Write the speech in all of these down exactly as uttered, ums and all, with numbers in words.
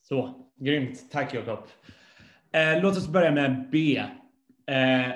Så, grymt. Tack Jakob. Eh, låt oss börja med B. Eh,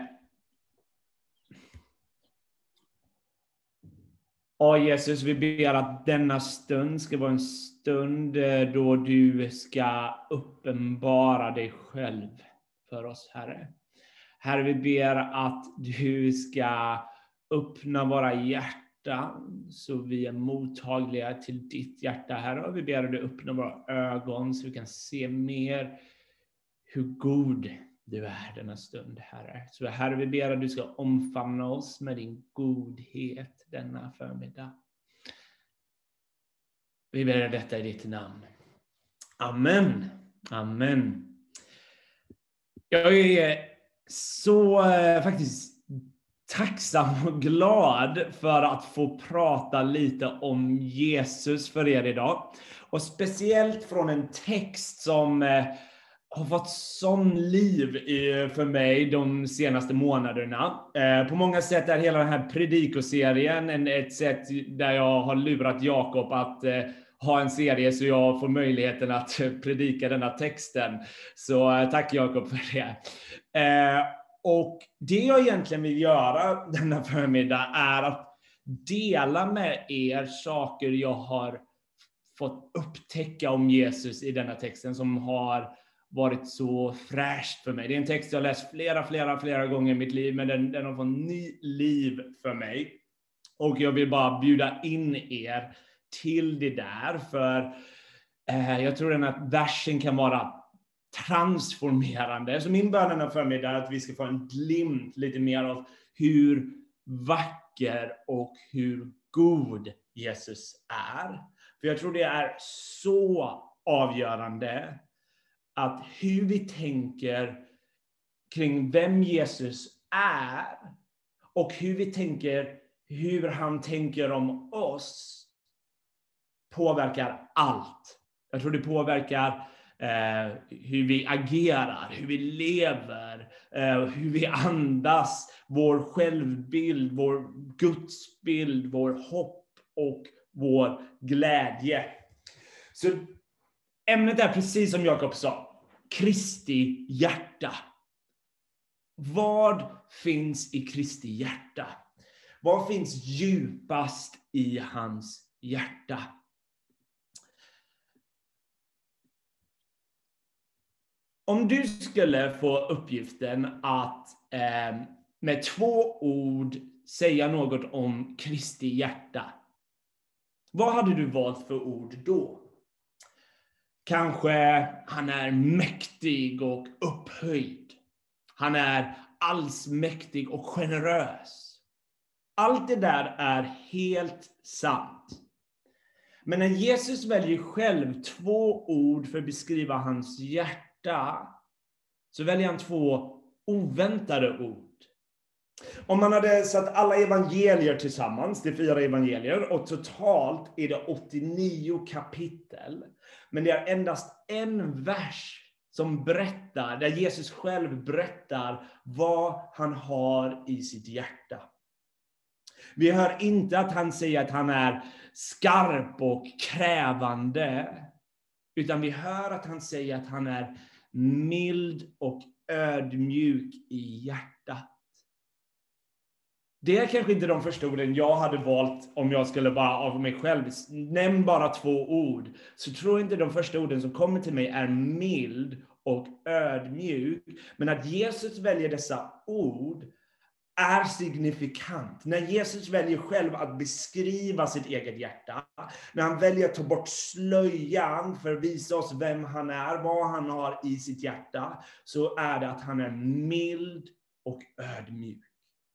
Ja, Jesus, vi ber att denna stund ska vara en stund då du ska uppenbara dig själv för oss, Herre. Herre, vi ber att du ska öppna våra hjärtan så vi är mottagliga till ditt hjärta, Herre. Och vi ber att du öppnar våra ögon så vi kan se mer hur god du är denna stund, Herre. Så Herre, vi ber att du ska omfamna oss med din godhet denna förmiddag. Vi ber detta i ditt namn. Amen. Amen. Jag är så eh, faktiskt tacksam och glad för att få prata lite om Jesus för er idag. Och speciellt från en text som eh, har fått sån liv i, för mig de senaste månaderna. Eh, på många sätt är hela den här predikoserien en, ett sätt där jag har lurat Jakob att eh, ha en serie så jag får möjligheten att predika denna texten. Så eh, tack Jakob för det. Eh, och det jag egentligen vill göra denna förmiddag är att dela med er saker jag har fått upptäcka om Jesus i denna texten som har varit så fräscht för mig. Det är en text jag har läst flera, flera, flera gånger i mitt liv, men den, den har fått ny liv för mig. Och jag vill bara bjuda in er till det där, för eh, jag tror den att versen kan vara transformerande. Så min bön är för mig är att vi ska få en glimt lite mer av hur vacker och hur god Jesus är. För jag tror det är så avgörande att hur vi tänker kring vem Jesus är och hur vi tänker, hur han tänker om oss påverkar allt. Jag tror det påverkar eh, hur vi agerar, hur vi lever, eh, hur vi andas, vår självbild, vår gudsbild, vår hopp och vår glädje. Så ämnet är precis som Jakob sa, Kristi hjärta. Vad finns i Kristi hjärta? Vad finns djupast i hans hjärta? Om du skulle få uppgiften att eh, med två ord säga något om Kristi hjärta, vad hade du valt för ord då? Kanske han är mäktig och upphöjd. Han är allsmäktig och generös. Allt det där är helt sant. Men när Jesus väljer själv två ord för att beskriva hans hjärta, så väljer han två oväntade ord. Om man hade satt alla evangelier tillsammans, det är fyra evangelier, och totalt är det åttionio kapitel. Men det är endast en vers som berättar, där Jesus själv berättar vad han har i sitt hjärta. Vi hör inte att han säger att han är skarp och krävande, utan vi hör att han säger att han är mild och ödmjuk i hjärtat. Det är kanske inte de första orden jag hade valt om jag skulle bara av mig själv. Nämn bara två ord. Så tror jag inte de första orden som kommer till mig är mild och ödmjuk. Men att Jesus väljer dessa ord är signifikant. När Jesus väljer själv att beskriva sitt eget hjärta, när han väljer att ta bort slöjan för att visa oss vem han är, vad han har i sitt hjärta, så är det att han är mild och ödmjuk.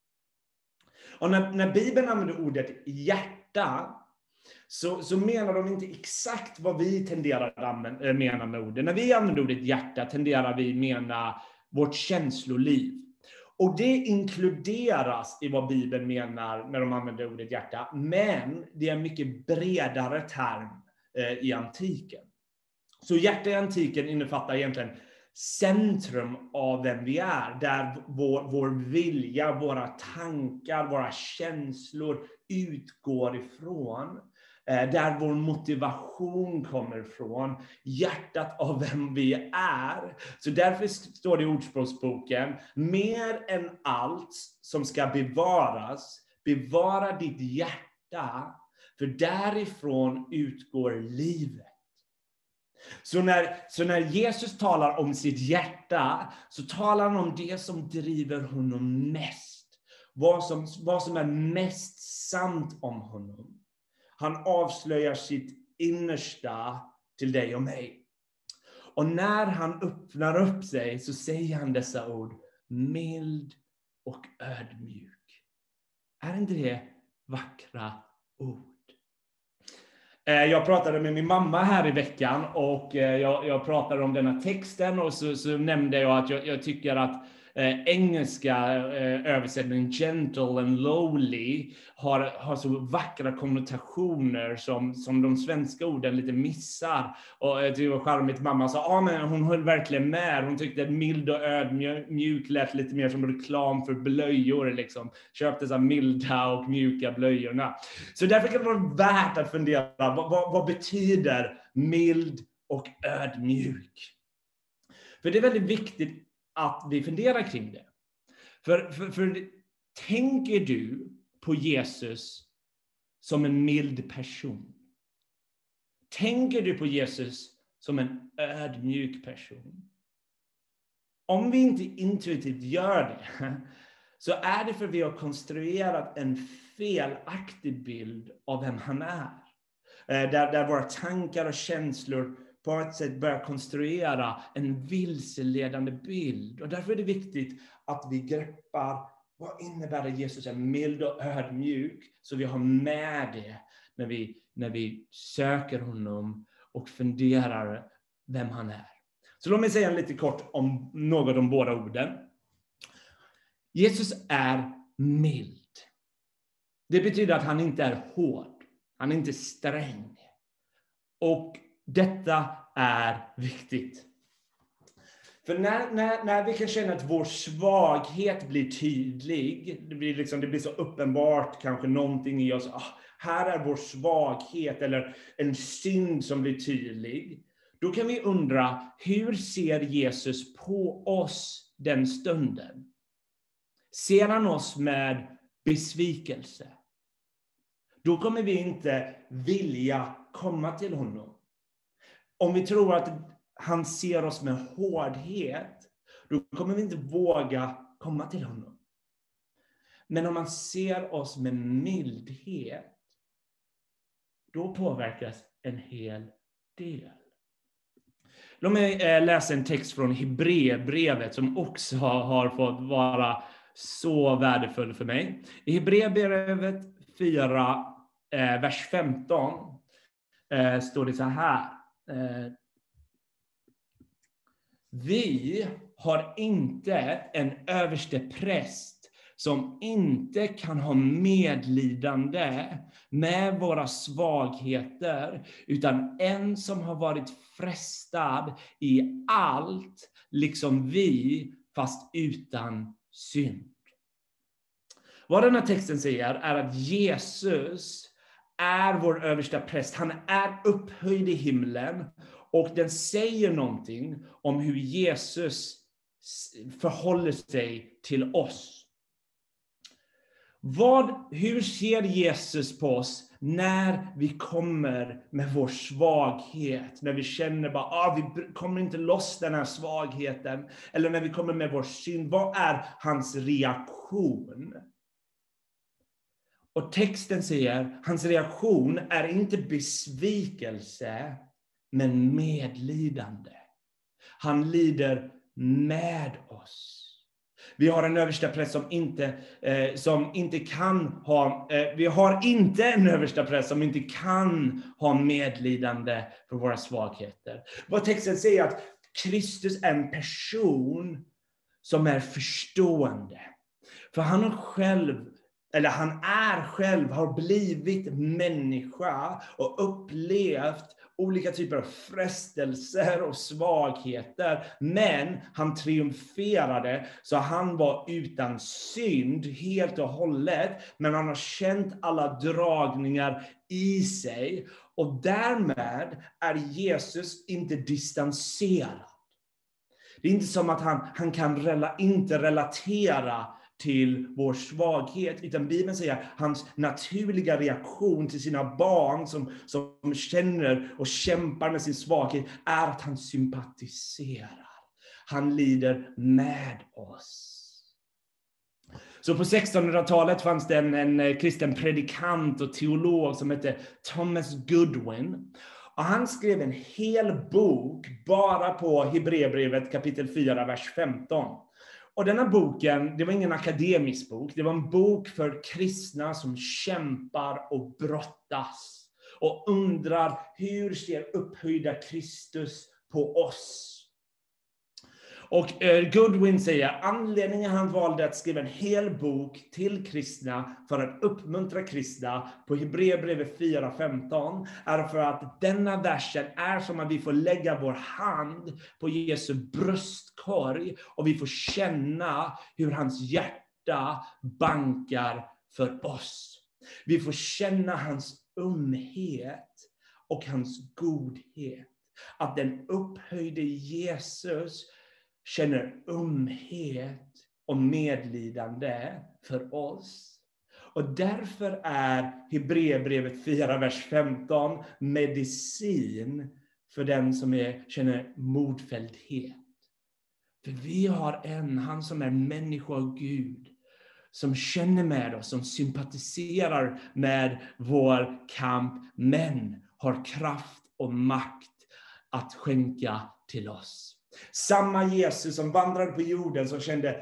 Och när, när Bibeln använder ordet hjärta, så, så menar de inte exakt vad vi tenderar att mena med ordet. När vi använder ordet hjärta tenderar vi mena vårt känsloliv. Och det inkluderas i vad Bibeln menar när de använder ordet hjärta. Men det är en mycket bredare term eh, i antiken. Så hjärta i antiken innefattar egentligen centrum av vem vi är. Där vår, vår vilja, våra tankar, våra känslor utgår ifrån. där vår motivation kommer ifrån, hjärtat av vem vi är. Så därför står det i Ordspråksboken, mer än allt som ska bevaras, bevara ditt hjärta, för därifrån utgår livet. Så när, så när Jesus talar om sitt hjärta, så talar han om det som driver honom mest. Vad som, vad som är mest sant om honom. Han avslöjar sitt innersta till dig och mig. Och när han öppnar upp sig så säger han dessa ord: mild och ödmjuk. Är inte det vackra ord? Jag pratade med min mamma här i veckan och jag, jag pratade om denna texten och så, så nämnde jag att jag, jag tycker att eh, engelska eh, översättningen gentle and lowly har, har så vackra konnotationer som, som de svenska orden lite missar. Och jag tyckte det var charmigt. Mamma sa, ah, men hon höll verkligen med. Hon tyckte att mild och ödmjuk lät lite mer som reklam för blöjor. Liksom. Köpte så milda och mjuka blöjorna. Så därför kan det vara värt att fundera, vad, vad, vad betyder mild och ödmjuk? För det är väldigt viktigt att vi funderar kring det. För, för, för tänker du på Jesus som en mild person? Tänker du på Jesus som en ödmjuk person? Om vi inte intuitivt gör det, så är det för att vi har konstruerat en felaktig bild av vem han är. Där, där våra tankar och känslor på ett sätt börjar konstruera en vilseledande bild. Och därför är det viktigt att vi greppar, vad innebär det Jesus är mild och ödmjuk? Så vi har med det när vi, när vi söker honom och funderar vem han är. Så låt mig säga lite kort om något av de båda orden. Jesus är mild. Det betyder att han inte är hård. Han är inte sträng. Och detta är viktigt. För när, när, när vi kan känna att vår svaghet blir tydlig, det blir, liksom, det blir så uppenbart kanske någonting i oss, ah, här är vår svaghet eller en synd som blir tydlig. Då kan vi undra, hur ser Jesus på oss den stunden? Ser han oss med besvikelse? Då kommer vi inte vilja komma till honom. Om vi tror att han ser oss med hårdhet, då kommer vi inte våga komma till honom. Men om han ser oss med mildhet, då påverkas en hel del. Låt mig läsa en text från Hebreerbrevet som också har fått vara så värdefull för mig. I Hebreerbrevet fyra, eh, vers femton eh, står det så här. Eh, vi har inte en överste präst som inte kan ha medlidande med våra svagheter, utan en som har varit frestad i allt, liksom vi, fast utan synd. Vad den här texten säger är att Jesus är vår översta präst. Han är upphöjd i himlen, och den säger någonting om hur Jesus förhåller sig till oss. Vad, hur ser Jesus på oss när vi kommer med vår svaghet? När vi känner bara, ah, vi kommer inte loss den här svagheten. Eller när vi kommer med vår synd. Vad är hans reaktion? Och texten säger, hans reaktion är inte besvikelse, men medlidande. Han lider med oss. Vi har en översta präst som inte, eh, som inte kan ha, eh, vi har inte en översta präst som inte kan ha medlidande för våra svagheter. Vad texten säger att Kristus är en person som är förstående. För han har själv, eller han är själv, har blivit människa och upplevt olika typer av frestelser och svagheter. Men han triumferade, så han var utan synd helt och hållet. Men han har känt alla dragningar i sig. Och därmed är Jesus inte distanserad. Det är inte som att han, han kan rela, inte relatera till vår svaghet, utan Bibeln säger att hans naturliga reaktion till sina barn som, som känner och kämpar med sin svaghet är att han sympatiserar. Han lider med oss. Så på sextonhundratalet fanns det en, en kristen predikant och teolog som hette Thomas Goodwin. Och han skrev en hel bok bara på Hebreerbrevet kapitel fyra, vers femton. Och denna boken, det var ingen akademisk bok. Det var en bok för kristna som kämpar och brottas. Och undrar, hur ser upphöjda Kristus på oss? Och eh, Goodwin säger, anledningen han valde att skriva en hel bok till kristna för att uppmuntra kristna på Hebreerbrevet fyra femton är för att denna versen är som att vi får lägga vår hand på Jesu bröstkorg och vi får känna hur hans hjärta bankar för oss. Vi får känna hans ömhet och hans godhet. Att den upphöjde Jesus känner ömhet och medlidande för oss. Och därför är Hebreerbrevet fyra, vers femton medicin för den som är, känner modfälldhet. För vi har en, han som är människa och Gud, som känner med oss, som sympatiserar med vår kamp, men har kraft och makt att skänka till oss. Samma Jesus som vandrade på jorden, som kände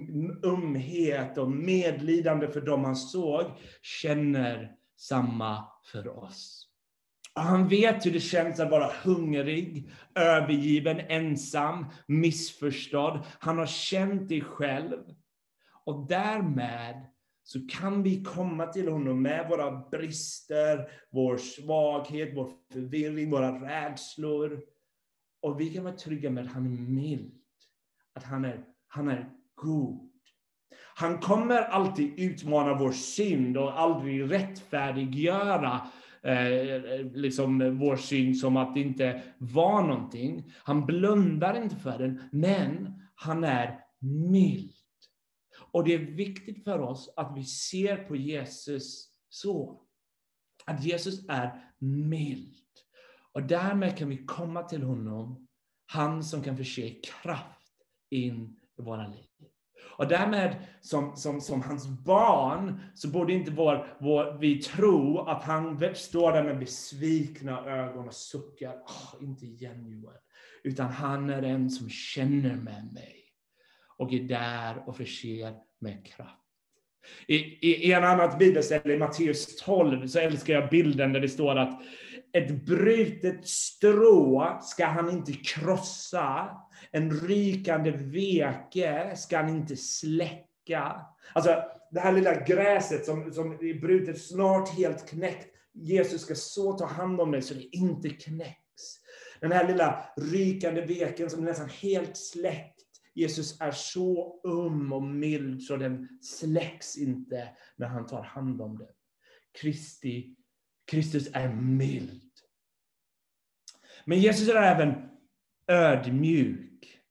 ömhet och medlidande för dem han såg, känner samma för oss. Och han vet hur det känns att vara hungrig, övergiven, ensam, missförstådd. Han har känt det själv. Och därmed så kan vi komma till honom med våra brister, vår svaghet, vår förvirring, våra rädslor. Och vi kan vara trygga med att han är mild. Att han är, han är god. Han kommer alltid utmana vår synd och aldrig rättfärdiggöra eh, liksom vår synd som att det inte var någonting. Han blundar inte för den, men han är mild. Och det är viktigt för oss att vi ser på Jesus så. Att Jesus är mild. Och därmed kan vi komma till honom, han som kan förse kraft in i våra liv. Och därmed som, som, som hans barn så borde inte vår, vår, vi tro att han står där med besvikna ögon och suckar. Oh, inte igen Joel. Utan han är den som känner med mig och är där och förser med kraft. I, i, i en annan bibelställe i Matteus tolv så älskar jag bilden där det står att ett brutet strå ska han inte krossa. En rykande veke ska han inte släcka. Alltså det här lilla gräset som, som är brutet, snart helt knäckt. Jesus ska så ta hand om det så det inte knäcks. Den här lilla rykande veken som är nästan helt släckt. Jesus är så um och mild så den släcks inte när han tar hand om det. Kristi, Kristus är mild. Men Jesus är även ödmjuk.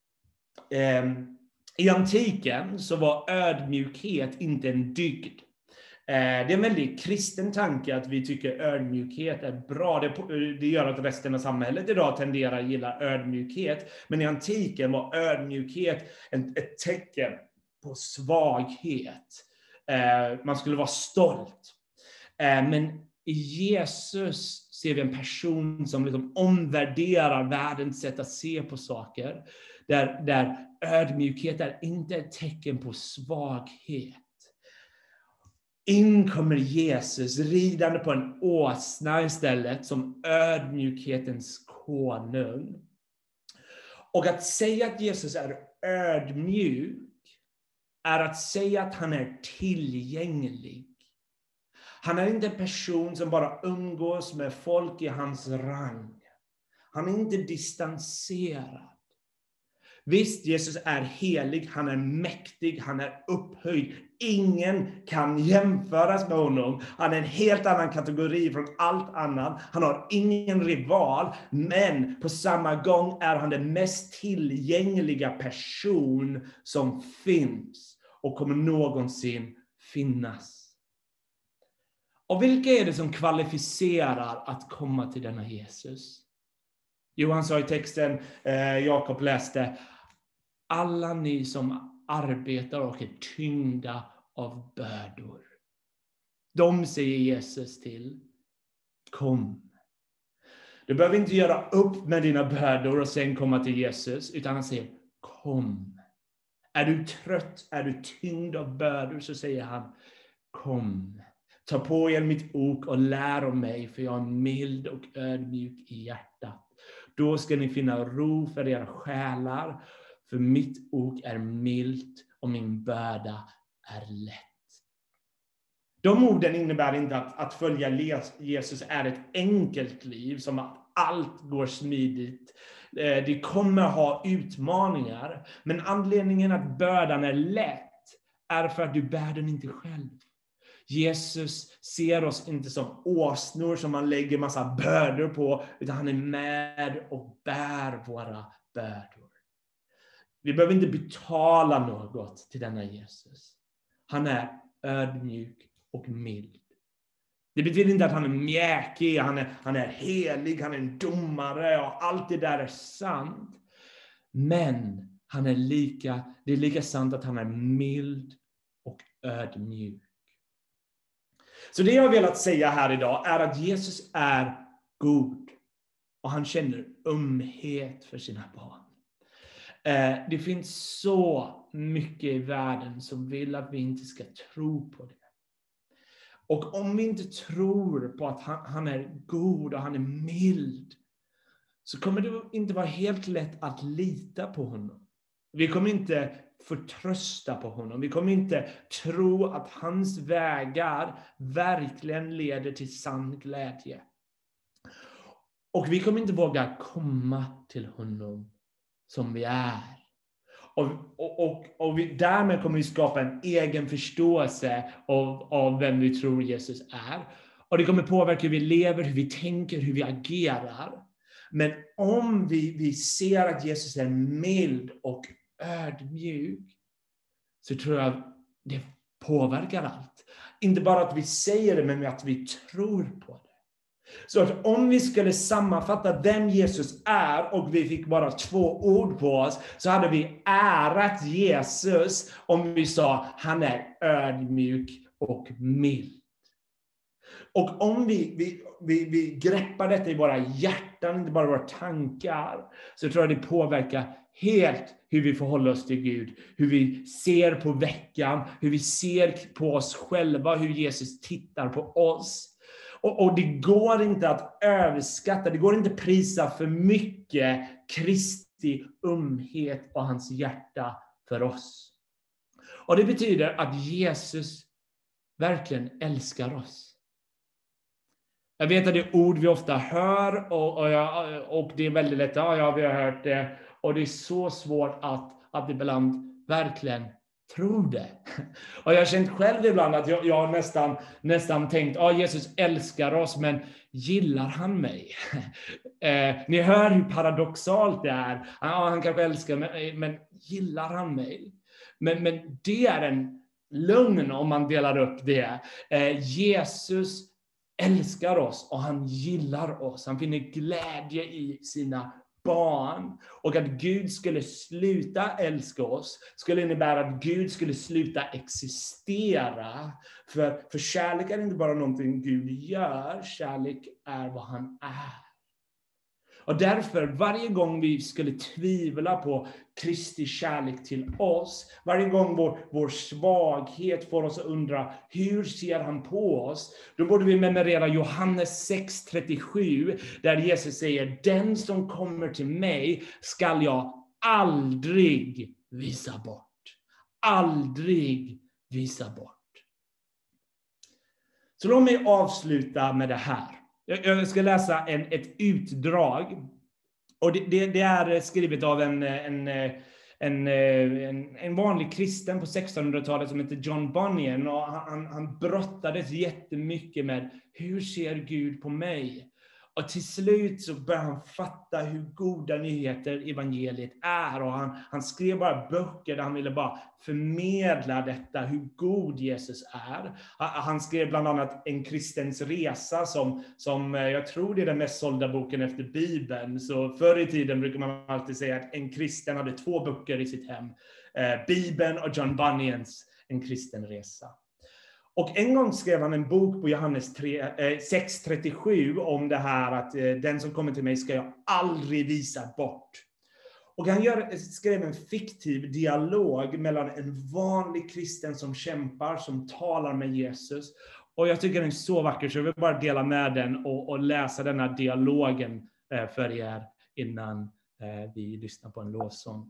I antiken så var ödmjukhet inte en dygd. Det är en väldigt kristen tanke att vi tycker ödmjukhet är bra. Det gör att resten av samhället idag tenderar att gilla ödmjukhet. Men i antiken var ödmjukhet ett tecken på svaghet. Man skulle vara stolt. Men i Jesus ser vi en person som liksom omvärderar världens sätt att se på saker. Där, där ödmjukhet är inte ett tecken på svaghet. In kommer Jesus ridande på en åsna istället som ödmjukhetens konung. Och att säga att Jesus är ödmjuk är att säga att han är tillgänglig. Han är inte en person som bara umgås med folk i hans rang. Han är inte distanserad. Visst, Jesus är helig, han är mäktig, han är upphöjd. Ingen kan jämföras med honom. Han är en helt annan kategori från allt annat. Han har ingen rival, men på samma gång är han den mest tillgängliga person som finns och kommer någonsin finnas. Och vilka är det som kvalificerar att komma till denna Jesus? Johan sa i texten, eh, Jakob läste, alla ni som arbetar och är tyngda av bördor. De säger Jesus till, kom. Du behöver inte göra upp med dina bördor och sen komma till Jesus, utan han säger, kom. Är du trött, är du tyngd av bördor, så säger han, kom. Ta på er mitt ok och lär av mig, för jag är mild och ödmjuk i hjärtat. Då ska ni finna ro för era själar, för mitt ok är milt och min börda är lätt. De orden innebär inte att, att följa Jesus är ett enkelt liv, som att allt går smidigt. Det kommer ha utmaningar, men anledningen att bördan är lätt är för att du bär den inte själv. Jesus ser oss inte som åsnor som man lägger massa bördor på, utan han är med och bär våra bördor. Vi behöver inte betala något till denna Jesus. Han är ödmjuk och mild. Det betyder inte att han är mjäkig, han är, han är helig, han är en domare och allt det där är sant. Men han är lika, det är lika sant att han är mild och ödmjuk. Så det jag har velat säga här idag är att Jesus är god. Och han känner ömhet för sina barn. Eh, det finns så mycket i världen som vill att vi inte ska tro på det. Och om vi inte tror på att han, han är god och han är mild, så kommer det inte vara helt lätt att lita på honom. Vi kommer inte förtrösta på honom. Vi kommer inte tro att hans vägar verkligen leder till sann glädje. Och vi kommer inte våga komma till honom som vi är. Och, och, och, och vi, därmed kommer vi skapa en egen förståelse av, av vem vi tror Jesus är. Och det kommer påverka hur vi lever, hur vi tänker, hur vi agerar. Men om vi, vi ser att Jesus är mild och ödmjuk, så tror jag det påverkar allt. Inte bara att vi säger det, men att vi tror på det. Så att om vi skulle sammanfatta vem Jesus är och vi fick bara två ord på oss, så hade vi ärat Jesus om vi sa han är ödmjuk och mild. Och om vi, vi, vi, vi greppar detta i våra hjärtan, inte bara våra tankar, så tror jag det påverkar helt hur vi förhåller oss till Gud. Hur vi ser på veckan, hur vi ser på oss själva, hur Jesus tittar på oss. Och, och det går inte att överskatta, det går inte att prisa för mycket Kristi ömhet och hans hjärta för oss. Och det betyder att Jesus verkligen älskar oss. Jag vet att det är ord vi ofta hör och, och, jag, och det är väldigt lätt, ja, ja vi har hört det. Och det är så svårt att, att ibland verkligen tro det. Och jag har känt själv ibland att jag, jag har nästan, nästan tänkt, ja Jesus älskar oss, men gillar han mig? eh, ni hör hur paradoxalt det är. Ja, han kanske älskar mig, men gillar han mig? Men, men det är en lögn om man delar upp det. Eh, Jesus älskar oss och han gillar oss. Han finner glädje i sina barn. Och att Gud skulle sluta älska oss skulle innebära att Gud skulle sluta existera. För, för kärlek är inte bara någonting Gud gör. Kärlek är vad han är. Och därför, varje gång vi skulle tvivla på Kristi kärlek till oss, varje gång vår, vår svaghet får oss att undra, hur ser han på oss? Då borde vi memorera Johannes sex trettiosju, där Jesus säger, den som kommer till mig skall jag aldrig visa bort. Aldrig visa bort. Så låt mig avsluta med det här. Jag ska läsa en, ett utdrag Och det, det, det är skrivet av en, en, en, en, en vanlig kristen på sextonhundratalet som heter John Bunyan. Och han, han brottades jättemycket med hur ser Gud på mig? Och till slut så börjar han fatta hur goda nyheter evangeliet är. Och han, han skrev bara böcker där han ville bara förmedla detta, hur god Jesus är. Han skrev bland annat En kristens resa som, som jag tror det är den mest sålda boken efter Bibeln. Så förr i tiden brukar man alltid säga att en kristen hade två böcker i sitt hem. Eh, Bibeln och John Bunyans En kristen resa. Och en gång skrev han en bok på Johannes sex trettiosju om det här att eh, den som kommer till mig ska jag aldrig visa bort. Och han gör, skrev en fiktiv dialog mellan en vanlig kristen som kämpar, som talar med Jesus. Och jag tycker den är så vacker så jag vill bara dela med den och, och läsa den här dialogen eh, för er innan eh, vi lyssnar på en lovsång.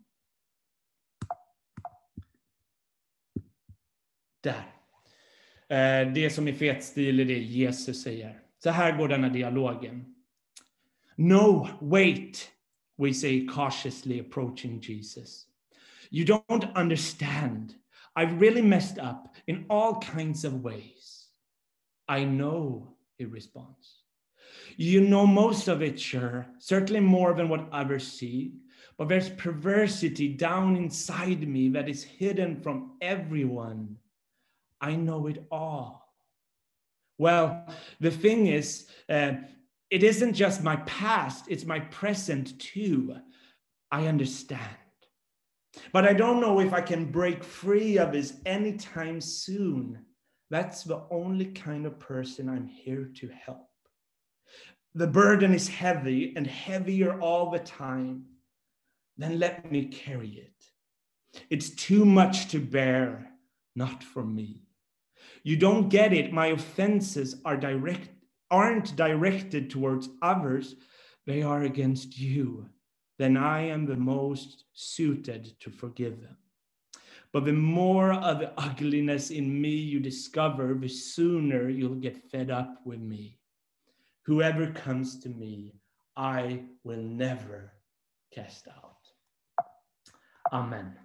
Där. Det som är fet stil är det Jesus säger. Så här går denna dialogen. No, wait, we say cautiously approaching Jesus. You don't understand. I've really messed up in all kinds of ways. I know, he responds. You know most of it, sure. Certainly more than what others see. But there's perversity down inside me that is hidden from everyone. I know it all. Well, the thing is, uh, it isn't just my past, it's my present too. I understand. But I don't know if I can break free of this anytime soon. That's the only kind of person I'm here to help. The burden is heavy and heavier all the time. Then let me carry it. It's too much to bear, not for me. You don't get it. My offenses are direct, aren't directed towards others. They are against you. Then I am the most suited to forgive them. But the more of the ugliness in me you discover, the sooner you'll get fed up with me. Whoever comes to me, I will never cast out. Amen.